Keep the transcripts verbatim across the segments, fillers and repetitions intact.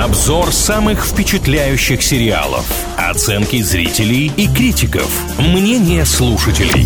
Обзор самых впечатляющих сериалов, оценки зрителей и критиков, мнение слушателей.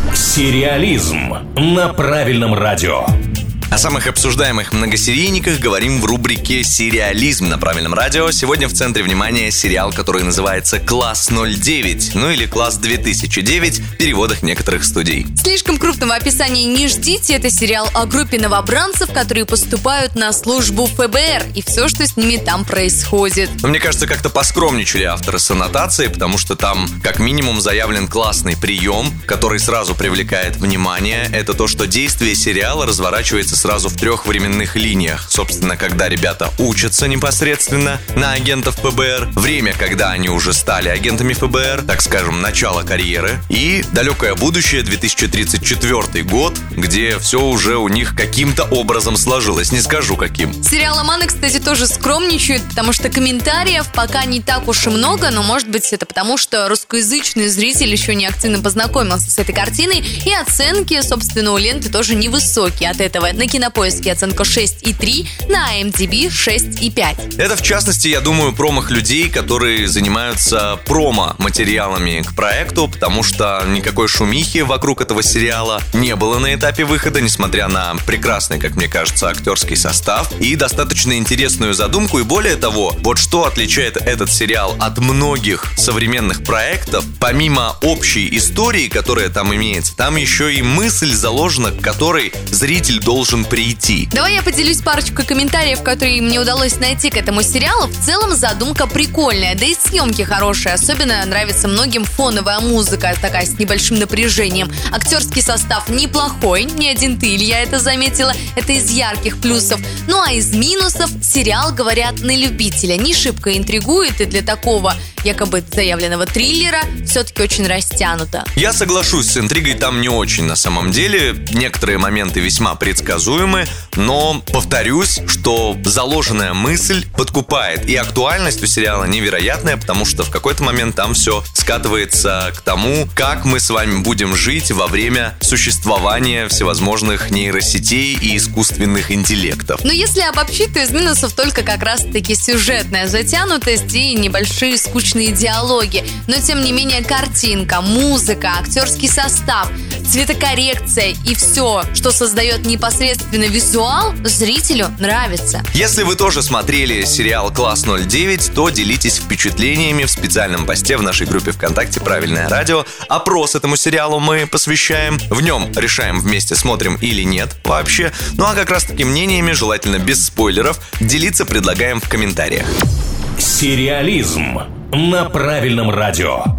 Сериализм на правильном радио. О самых обсуждаемых многосерийниках говорим в рубрике «Сериализм» на правильном радио. Сегодня в центре внимания сериал, который называется «Класс ноль девять», ну или «Класс две тысячи девять» в переводах некоторых студий. Слишком крупного описания не ждите. Это сериал о группе новобранцев, которые поступают на службу эф бэ эр и все, что с ними там происходит. Но мне кажется, как-то поскромничали авторы с аннотацией, потому что там как минимум заявлен классный прием, который сразу привлекает внимание. Это то, что действие сериала разворачивается сразу в трех временных линиях. Собственно, когда ребята учатся непосредственно на агентов эф бэ эр, время, когда они уже стали агентами эф бэ эр, так скажем, начало карьеры, и далекое будущее, две тысячи тридцать четвёртый год, где все уже у них каким-то образом сложилось. Не скажу каким. Сериаломаны, кстати, тоже скромничают, потому что комментариев пока не так уж и много, но, может быть, это потому, что русскоязычный зритель еще не активно познакомился с этой картиной, и оценки, собственно, у ленты тоже невысокие от этого. На Кинопоиске оценка шесть и три, на ай эм ди би шесть и пять. Это, в частности, я думаю, промах людей, которые занимаются промо-материалами к проекту, потому что никакой шумихи вокруг этого сериала не было на этапе выхода, несмотря на прекрасный, как мне кажется, актерский состав и достаточно интересную задумку. И более того, вот что отличает этот сериал от многих современных проектов, помимо общей истории, которая там имеется, там еще и мысль заложена, к которой зритель должен прийти. Давай я поделюсь парочкой комментариев, которые мне удалось найти к этому сериалу. В целом задумка прикольная, да и съемки хорошие. Особенно нравится многим фоновая музыка, такая с небольшим напряжением. Актерский состав неплохой, не один ты, Илья, это заметила. Это из ярких плюсов. Ну а из минусов сериал, говорят, на любителя. Не шибко интригует, и для такого якобы заявленного триллера все-таки очень растянуто. Я соглашусь, с интригой там не очень на самом деле. Некоторые моменты весьма предсказуемы, но повторюсь, что заложенная мысль подкупает. И актуальность у сериала невероятная, потому что в какой-то момент там все скатывается к тому, как мы с вами будем жить во время существования всевозможных нейросетей и искусственных интеллектов. Но если обобщить, то из минусов только как раз-таки сюжетная затянутость и небольшие скучные диалоги. Но тем не менее картинка, музыка, актерский состав, цветокоррекция и все, что создает непосредственно визуал, зрителю нравится. Если вы тоже смотрели сериал «Класс ноль девять», то делитесь впечатлениями в специальном посте в нашей группе ВКонтакте «Правильное радио». Опрос этому сериалу мы посвящаем. В нем решаем вместе, смотрим или нет вообще. Ну а как раз таки мнениями, желательно без спойлеров, делиться предлагаем в комментариях. Сериализм на правильном радио.